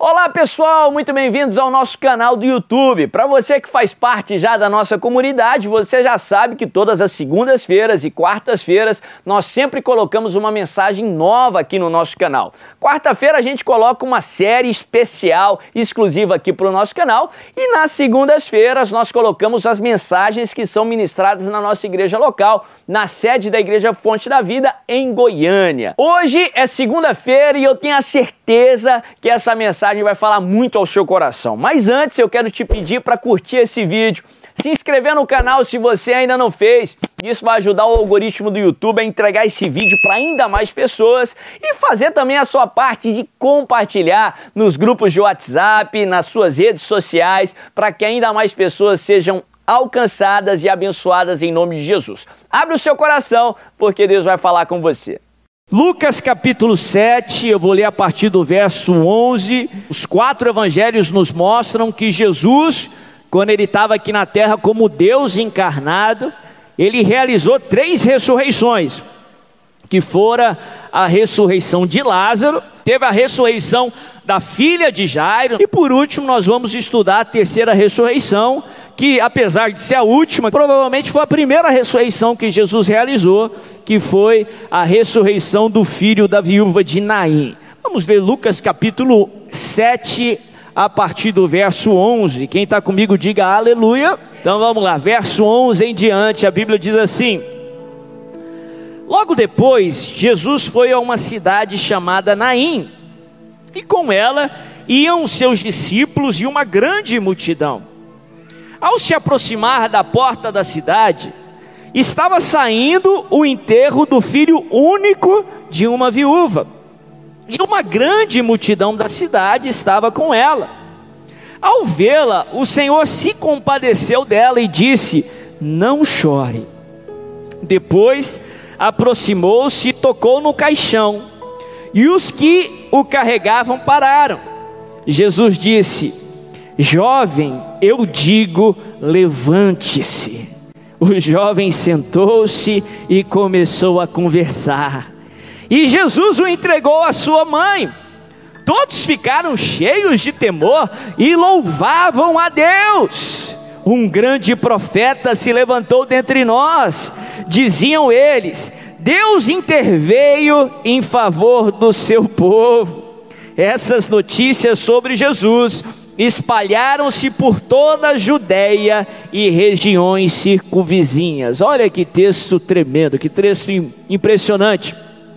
Olá pessoal, muito bem-vindos ao nosso canal do YouTube. Para você que faz parte já da nossa comunidade, você já sabe que todas as segundas-feiras e quartas-feiras nós sempre colocamos uma mensagem nova aqui no nosso canal. Quarta-feira a gente coloca uma série especial, exclusiva aqui para o nosso canal, e nas segundas-feiras nós colocamos as mensagens que são ministradas na nossa igreja local, na sede da Igreja Fonte da Vida em Goiânia. Hoje é segunda-feira e eu tenho a certeza que essa mensagem vai falar muito ao seu coração. Mas antes eu quero te pedir para curtir esse vídeo, se inscrever no canal se você ainda não fez. Isso vai ajudar o algoritmo do YouTube a entregar esse vídeo para ainda mais pessoas e fazer também a sua parte de compartilhar nos grupos de WhatsApp, nas suas redes sociais, para que ainda mais pessoas sejam alcançadas e abençoadas em nome de Jesus. Abre o seu coração, porque Deus vai falar com você. Lucas capítulo 7, eu vou ler a partir do verso 11. Os 4 evangelhos nos mostram que Jesus, quando ele estava aqui na terra como Deus encarnado, ele realizou 3 ressurreições, que fora a ressurreição de Lázaro, teve a ressurreição da filha de Jairo, e por último nós vamos estudar a 3ª ressurreição, que apesar de ser a última, provavelmente foi a primeira ressurreição que Jesus realizou, que foi a ressurreição do filho da viúva de Naim. Vamos ler Lucas capítulo 7, a partir do verso 11. Quem está comigo diga aleluia. Então vamos lá, verso 11 em diante, a Bíblia diz assim: logo depois, Jesus foi a uma cidade chamada Naim, e com ela iam seus discípulos e uma grande multidão. Ao se aproximar da porta da cidade, estava saindo o enterro do filho único de uma viúva, e uma grande multidão da cidade estava com ela. Ao vê-la, o Senhor se compadeceu dela e disse: não chore. Depois aproximou-se e tocou no caixão, e os que o carregavam pararam. Jesus disse: jovem, eu digo, levante-se. O jovem sentou-se e começou a conversar, e Jesus o entregou à sua mãe. Todos ficaram cheios de temor e louvavam a Deus. Um grande profeta se levantou dentre nós, diziam eles. Deus interveio em favor do seu povo. Essas notícias sobre Jesus espalharam-se por toda a Judéia e regiões circunvizinhas. Olha que texto tremendo, que texto impressionante.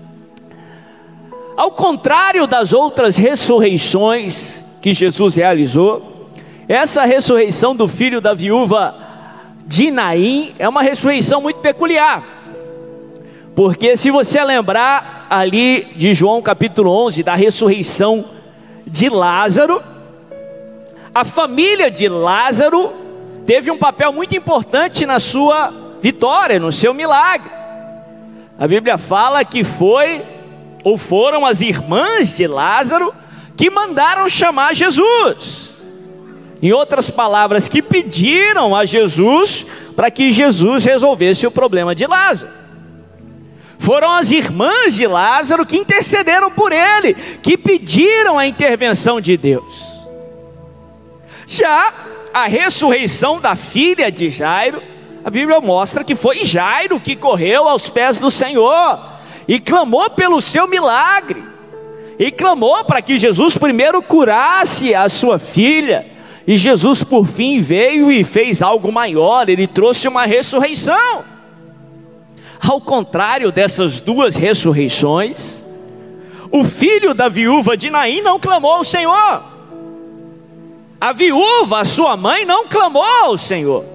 Ao contrário das outras ressurreições que Jesus realizou, essa ressurreição do filho da viúva de Naim é uma ressurreição muito peculiar. Porque se você lembrar ali de João capítulo 11, da ressurreição de Lázaro, a família de Lázaro teve um papel muito importante na sua vitória, no seu milagre. A Bíblia fala que foram as irmãs de Lázaro que mandaram chamar Jesus. Em outras palavras, que pediram a Jesus para que Jesus resolvesse o problema de Lázaro. Foram as irmãs de Lázaro que intercederam por ele, que pediram a intervenção de Deus. Já a ressurreição da filha de Jairo, a Bíblia mostra que foi Jairo que correu aos pés do Senhor e clamou pelo seu milagre, e clamou para que Jesus primeiro curasse a sua filha, e Jesus por fim veio e fez algo maior, ele trouxe uma ressurreição. Ao contrário dessas 2 ressurreições, o filho da viúva de Naim não clamou ao Senhor. A viúva, a sua mãe, não clamou ao Senhor.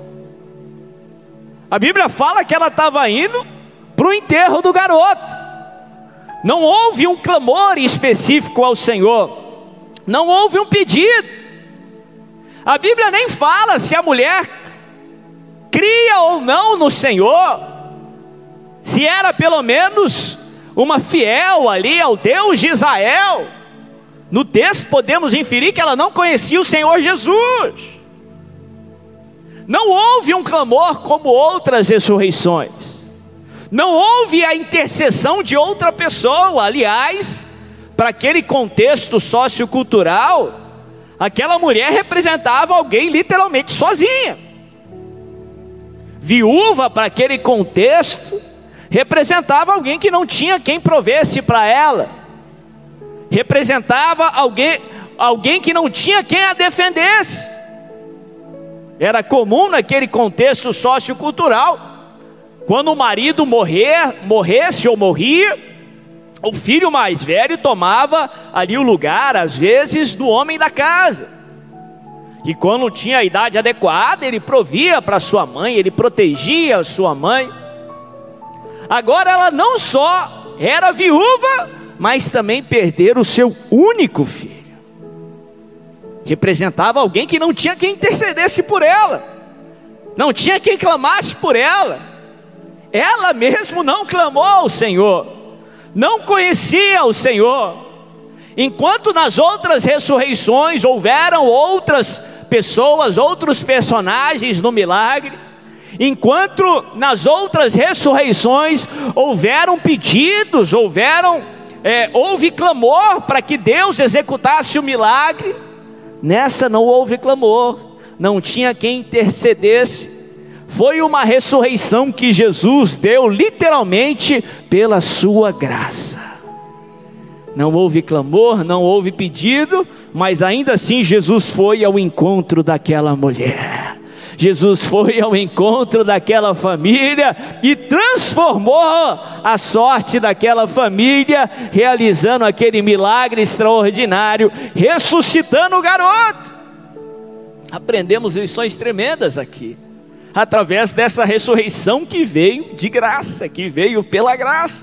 A Bíblia fala que ela estava indo para o enterro do garoto. Não houve um clamor específico ao Senhor. Não houve um pedido. A Bíblia nem fala se a mulher cria ou não no Senhor, se era pelo menos uma fiel ali ao Deus de Israel. No texto podemos inferir que ela não conhecia o Senhor Jesus. Não houve um clamor como outras ressurreições. Não houve a intercessão de outra pessoa. Aliás, para aquele contexto sociocultural, aquela mulher representava alguém literalmente sozinha. Viúva, para aquele contexto, representava alguém que não tinha quem provesse para ela. Representava alguém que não tinha quem a defendesse. Era comum naquele contexto sociocultural, quando o marido morresse ou morria, o filho mais velho tomava ali o lugar, às vezes, do homem da casa. E quando tinha a idade adequada, ele provia para sua mãe, ele protegia a sua mãe. Agora ela não só era viúva, mas também perdera o seu único filho. Representava alguém que não tinha quem intercedesse por ela, não tinha quem clamasse por ela. Ela mesmo não clamou ao Senhor, não conhecia o Senhor. Enquanto nas outras ressurreições houveram outras pessoas, outros personagens no milagre, enquanto nas outras ressurreições houveram pedidos, houve clamor para que Deus executasse o milagre, nessa não houve clamor, não tinha quem intercedesse. Foi uma ressurreição que Jesus deu literalmente pela sua graça. Não houve clamor, não houve pedido, mas ainda assim Jesus foi ao encontro daquela mulher. Jesus foi ao encontro daquela família e transformou a sorte daquela família, realizando aquele milagre extraordinário, ressuscitando o garoto. Aprendemos lições tremendas aqui, através dessa ressurreição que veio de graça, que veio pela graça.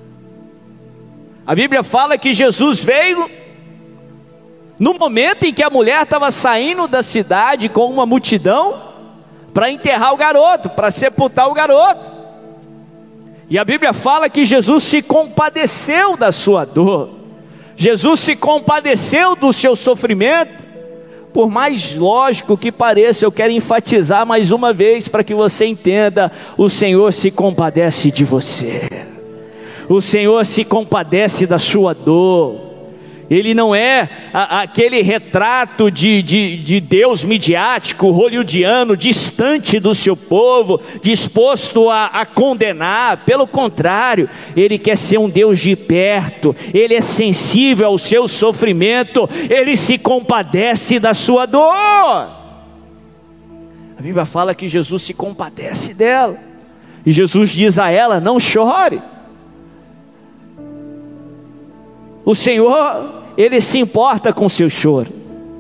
A Bíblia fala que Jesus veio no momento em que a mulher estava saindo da cidade com uma multidão para enterrar o garoto, para sepultar o garoto. E a Bíblia fala que Jesus se compadeceu da sua dor, Jesus se compadeceu do seu sofrimento. Por mais lógico que pareça, eu quero enfatizar mais uma vez para que você entenda: o Senhor se compadece de você, o Senhor se compadece da sua dor. Ele não é aquele retrato de Deus midiático, hollywoodiano, distante do seu povo, disposto a condenar. Pelo contrário, Ele quer ser um Deus de perto, Ele é sensível ao seu sofrimento, Ele se compadece da sua dor. A Bíblia fala que Jesus se compadece dela, e Jesus diz a ela: não chore. O Senhor, Ele se importa com o seu choro.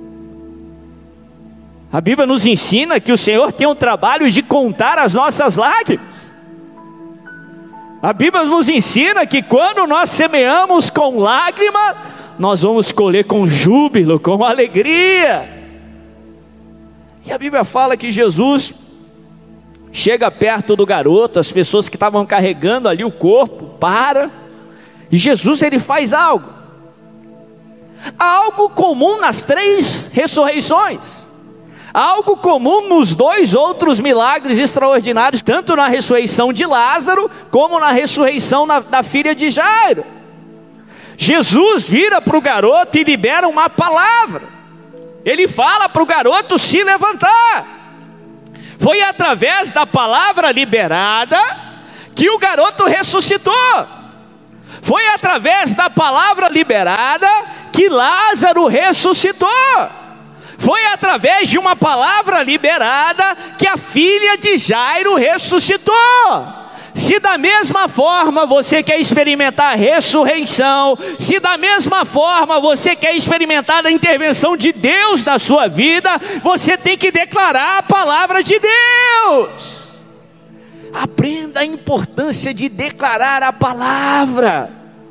A Bíblia nos ensina que o Senhor tem o trabalho de contar as nossas lágrimas. A Bíblia nos ensina que quando nós semeamos com lágrima, nós vamos colher com júbilo, com alegria. E a Bíblia fala que Jesus chega perto do garoto, as pessoas que estavam carregando ali o corpo param, e Jesus, Ele faz algo comum nas 3 ressurreições, algo comum nos 2 outros milagres extraordinários, tanto na ressurreição de Lázaro, como na ressurreição da filha de Jairo. Jesus vira para o garoto e libera uma palavra. Ele fala para o garoto se levantar. Foi através da palavra liberada que o garoto ressuscitou. Foi através da palavra liberada que Lázaro ressuscitou. Foi através de uma palavra liberada que a filha de Jairo ressuscitou. Se da mesma forma você quer experimentar a ressurreição, se da mesma forma você quer experimentar a intervenção de Deus na sua vida, você tem que declarar a palavra de Deus. Aprenda a importância de declarar a palavra.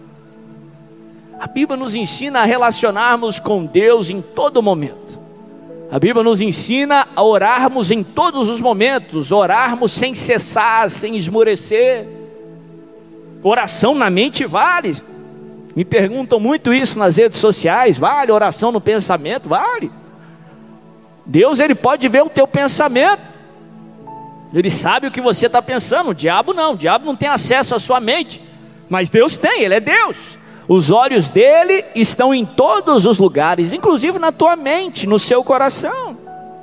A Bíblia nos ensina a relacionarmos com Deus em todo momento. A Bíblia nos ensina a orarmos em todos os momentos, orarmos sem cessar, sem esmorecer. Oração na mente vale. Me perguntam muito isso nas redes sociais. Vale oração no pensamento? Vale. Deus, Ele pode ver o teu pensamento. Ele sabe o que você está pensando. O diabo não tem acesso à sua mente, mas Deus tem, Ele é Deus. Os olhos dele estão em todos os lugares, inclusive na tua mente, no seu coração.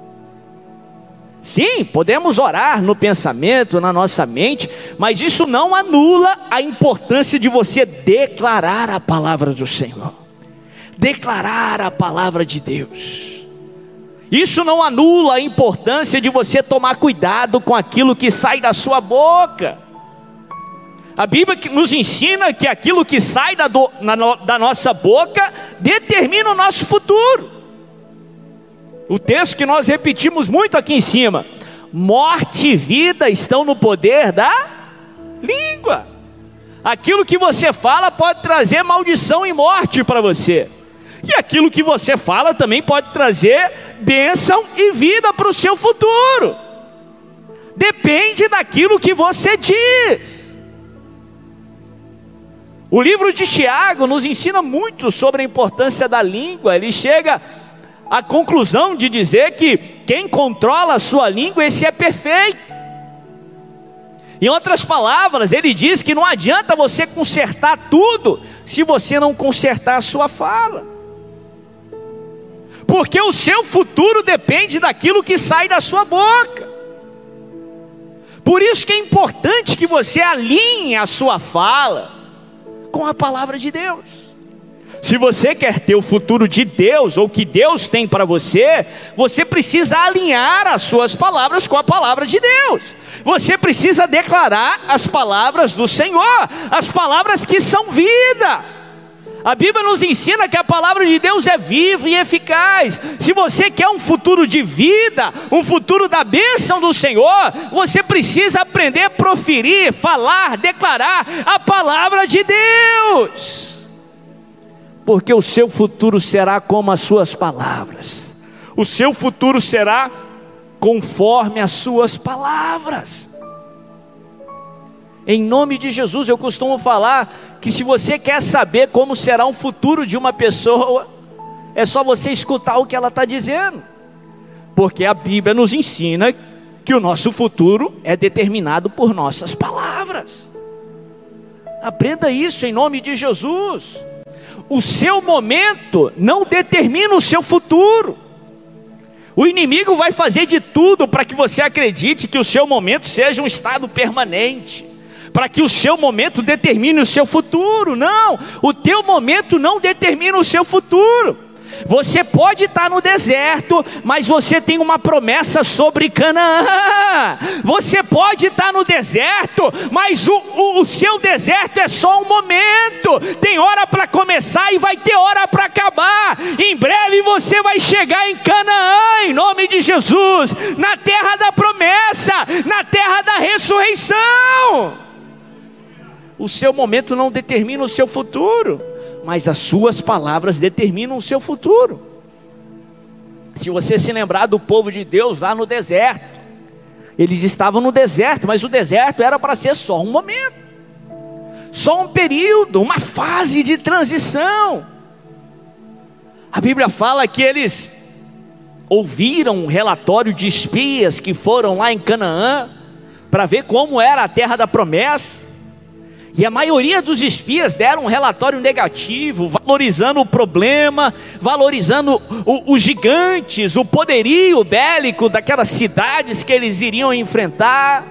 Sim, podemos orar no pensamento, na nossa mente, mas isso não anula a importância de você declarar a palavra do Senhor, declarar a palavra de Deus. Isso não anula a importância de você tomar cuidado com aquilo que sai da sua boca. A Bíblia nos ensina que aquilo que sai da nossa boca determina o nosso futuro. O texto que nós repetimos muito aqui em cima: morte e vida estão no poder da língua. Aquilo que você fala pode trazer maldição e morte para você, e aquilo que você fala também pode trazer bênção e vida para o seu futuro. Depende daquilo que você diz. O livro de Tiago nos ensina muito sobre a importância da língua. Ele chega à conclusão de dizer que quem controla a sua língua, esse é perfeito. Em outras palavras, ele diz que não adianta você consertar tudo se você não consertar a sua fala, porque o seu futuro depende daquilo que sai da sua boca. Por isso que é importante que você alinhe a sua fala com a palavra de Deus. Se você quer ter o futuro de Deus, ou que Deus tem para você, você precisa alinhar as suas palavras com a palavra de Deus. Você precisa declarar as palavras do Senhor, as palavras que são vida. A Bíblia nos ensina que a palavra de Deus é viva e eficaz. Se você quer um futuro de vida, um futuro da bênção do Senhor, você precisa aprender a proferir, falar, declarar a palavra de Deus, porque o seu futuro será como as suas palavras. O seu futuro será conforme as suas palavras. Em nome de Jesus, eu costumo falar que se você quer saber como será o futuro de uma pessoa, é só você escutar o que ela está dizendo, porque a Bíblia nos ensina que o nosso futuro é determinado por nossas palavras. Aprenda isso em nome de Jesus. O seu momento não determina o seu futuro. O inimigo vai fazer de tudo para que você acredite que o seu momento seja um estado permanente, para que o seu momento determine o seu futuro. Não, o teu momento não determina o seu futuro. Você pode estar no deserto, mas você tem uma promessa sobre Canaã. Você pode estar no deserto, mas o seu deserto é só um momento. Tem hora para começar e vai ter hora para acabar. Em breve você vai chegar em Canaã, em nome de Jesus, na terra da promessa, na terra da ressurreição. O seu momento não determina o seu futuro, mas as suas palavras determinam o seu futuro. Se você se lembrar do povo de Deus lá no deserto, eles estavam no deserto, mas o deserto era para ser só um momento, só um período, uma fase de transição. A Bíblia fala que eles ouviram um relatório de espias que foram lá em Canaã para ver como era a terra da promessa. E a maioria dos espias deram um relatório negativo, valorizando o problema, valorizando os gigantes, o poderio bélico daquelas cidades que eles iriam enfrentar.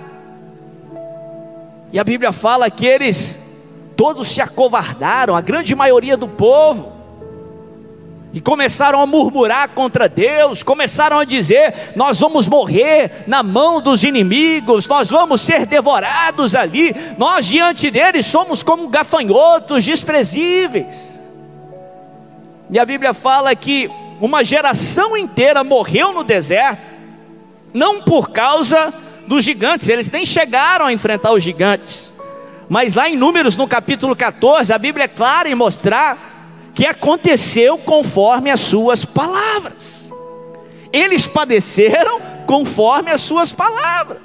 E a Bíblia fala que eles todos se acovardaram, a grande maioria do povo, e começaram a murmurar contra Deus, começaram a dizer: nós vamos morrer na mão dos inimigos, nós vamos ser devorados ali, nós diante deles somos como gafanhotos desprezíveis. E a Bíblia fala que uma geração inteira morreu no deserto, não por causa dos gigantes, eles nem chegaram a enfrentar os gigantes, mas lá em Números, no capítulo 14, a Bíblia é clara em mostrar que aconteceu conforme as suas palavras. Eles padeceram conforme as suas palavras.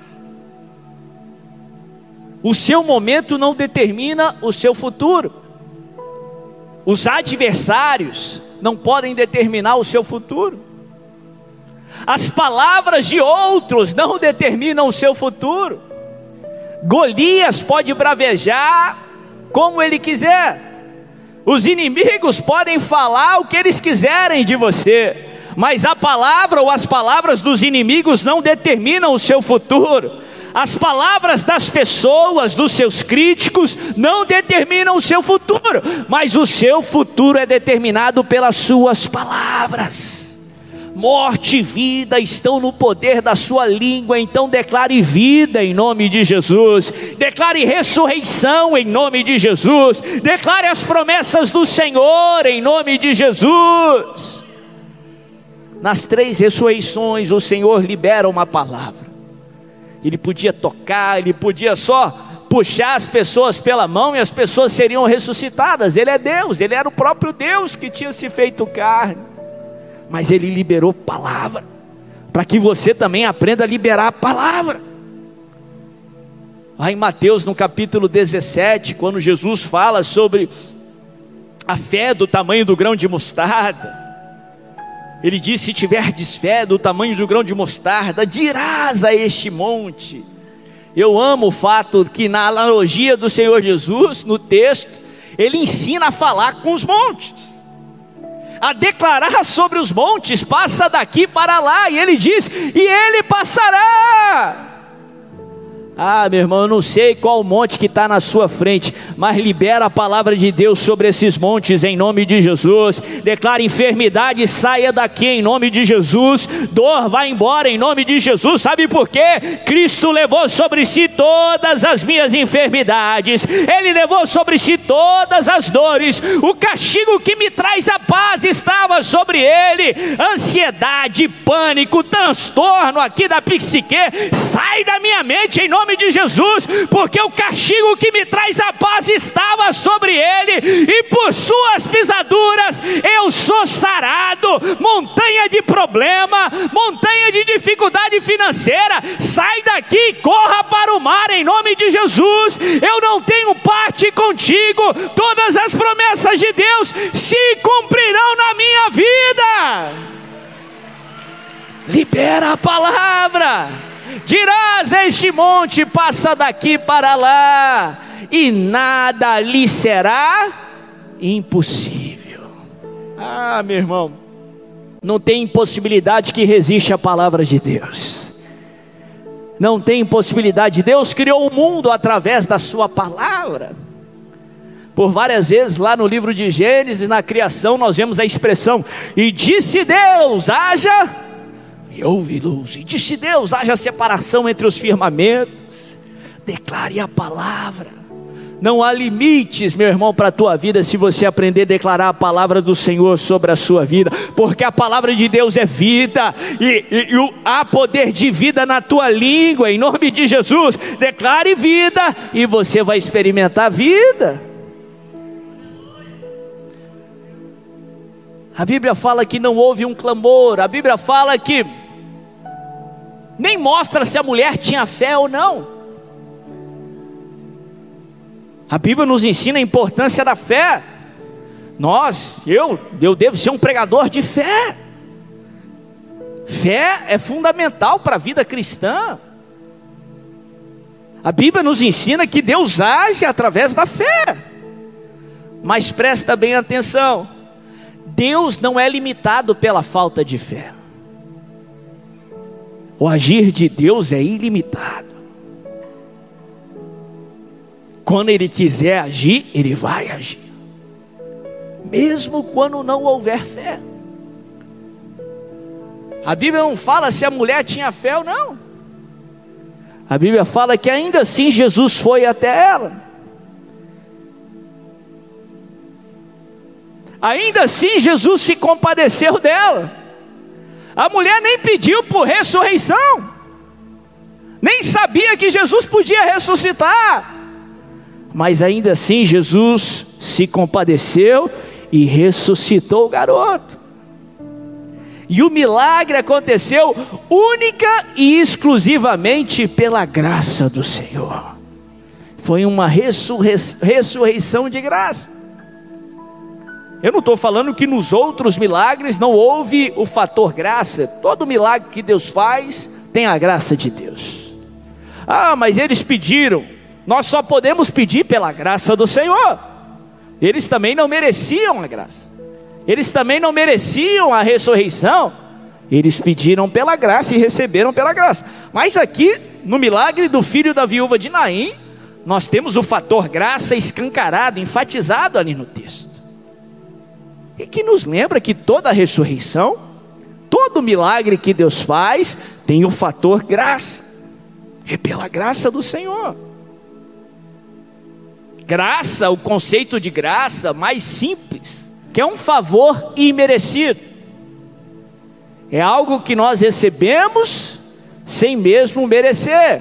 O seu momento não determina o seu futuro. Os adversários não podem determinar o seu futuro. As palavras de outros não determinam o seu futuro. Golias pode bravejar como ele quiser, Os inimigos podem falar o que eles quiserem de você, mas a palavra ou as palavras dos inimigos não determinam o seu futuro. As palavras das pessoas, dos seus críticos, não determinam o seu futuro, mas o seu futuro é determinado pelas suas palavras. Morte e vida estão no poder da sua língua, então declare vida em nome de Jesus, declare ressurreição em nome de Jesus, declare as promessas do Senhor em nome de Jesus. Nas 3 ressurreições o Senhor libera uma palavra. Ele podia tocar, ele podia só puxar as pessoas pela mão e as pessoas seriam ressuscitadas. Ele é Deus, ele era o próprio Deus que tinha se feito carne. Mas ele liberou palavra, para que você também aprenda a liberar a palavra. Lá em Mateus no capítulo 17, quando Jesus fala sobre a fé do tamanho do grão de mostarda, ele diz: se tiverdes fé do tamanho do grão de mostarda, dirás a este monte. Eu amo o fato que na analogia do Senhor Jesus, no texto, ele ensina a falar com os montes, a declarar sobre os montes: passa daqui para lá, e ele diz: e ele passará. Ah, meu irmão, eu não sei qual monte que está na sua frente, mas libera a palavra de Deus sobre esses montes em nome de Jesus. Declara: enfermidade, saia daqui em nome de Jesus. Dor, vai embora em nome de Jesus. Sabe por quê? Cristo levou sobre si todas as minhas enfermidades, Ele levou sobre si todas as dores. O castigo que me traz a paz estava sobre Ele. Ansiedade, pânico, transtorno aqui da psique, sai da minha mente em nome de Jesus, porque o castigo que me traz a paz estava sobre Ele, e por suas pisaduras eu sou sarado. Montanha de problema, montanha de dificuldade financeira, sai daqui e corra para o mar em nome de Jesus. Eu não tenho parte contigo, todas as promessas de Deus se cumprirão na minha vida. Libera a palavra. Dirás a este monte: passa daqui para lá, e nada lhe será impossível. Ah, meu irmão, não tem impossibilidade que resiste à palavra de Deus. Não tem impossibilidade. Deus criou o mundo através da sua palavra. Por várias vezes lá no livro de Gênesis, na criação, nós vemos a expressão: e disse Deus, haja, e houve luz. E disse Deus, haja separação entre os firmamentos. Declare a palavra. Não há limites, meu irmão, para a tua vida, se você aprender a declarar a palavra do Senhor sobre a sua vida, porque a palavra de Deus é vida, e há poder de vida na tua língua, em nome de Jesus. Declare vida, e você vai experimentar vida. A Bíblia fala que não houve um clamor, a Bíblia fala que nem mostra se a mulher tinha fé ou não. A Bíblia nos ensina a importância da fé. Eu devo ser um pregador de fé. Fé é fundamental para a vida cristã. A Bíblia nos ensina que Deus age através da fé. Mas presta bem atenção: Deus não é limitado pela falta de fé. O agir de Deus é ilimitado. Quando Ele quiser agir, Ele vai agir, mesmo quando não houver fé. A Bíblia não fala se a mulher tinha fé ou não. A Bíblia fala que ainda assim Jesus foi até ela. Ainda assim Jesus se compadeceu dela. A mulher nem pediu por ressurreição, nem sabia que Jesus podia ressuscitar, mas ainda assim Jesus se compadeceu e ressuscitou o garoto. E o milagre aconteceu única e exclusivamente pela graça do Senhor. Foi uma ressurreição de graça. Eu não estou falando que nos outros milagres não houve o fator graça. Todo milagre que Deus faz tem a graça de Deus. Ah, mas eles pediram. Nós só podemos pedir pela graça do Senhor. Eles também não mereciam a graça. Eles também não mereciam a ressurreição. Eles pediram pela graça e receberam pela graça. Mas aqui, no milagre do filho da viúva de Naim, nós temos o fator graça escancarado, enfatizado ali no texto. E que nos lembra que toda a ressurreição, todo milagre que Deus faz, tem o fator graça. É pela graça do Senhor. Graça, o conceito de graça mais simples, que é um favor imerecido. É algo que nós recebemos sem mesmo merecer.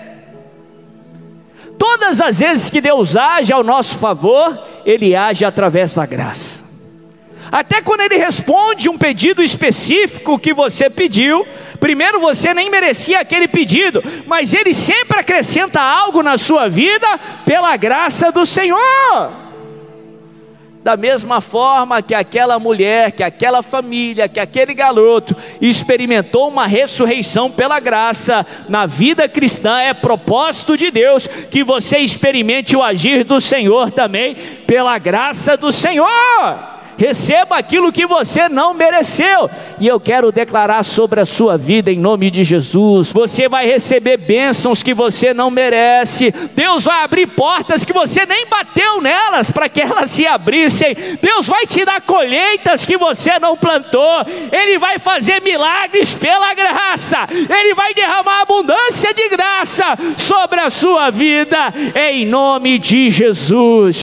Todas as vezes que Deus age ao nosso favor, Ele age através da graça. Até quando Ele responde um pedido específico que você pediu, primeiro você nem merecia aquele pedido, mas Ele sempre acrescenta algo na sua vida pela graça do Senhor. Da mesma forma que aquela mulher, que aquela família, que aquele garoto experimentou uma ressurreição pela graça, na vida cristã é propósito de Deus que você experimente o agir do Senhor também pela graça do Senhor. Receba aquilo que você não mereceu. E eu quero declarar sobre a sua vida em nome de Jesus. Você vai receber bênçãos que você não merece. Deus vai abrir portas que você nem bateu nelas para que elas se abrissem. Deus vai te dar colheitas que você não plantou. Ele vai fazer milagres pela graça. Ele vai derramar abundância de graça sobre a sua vida em nome de Jesus.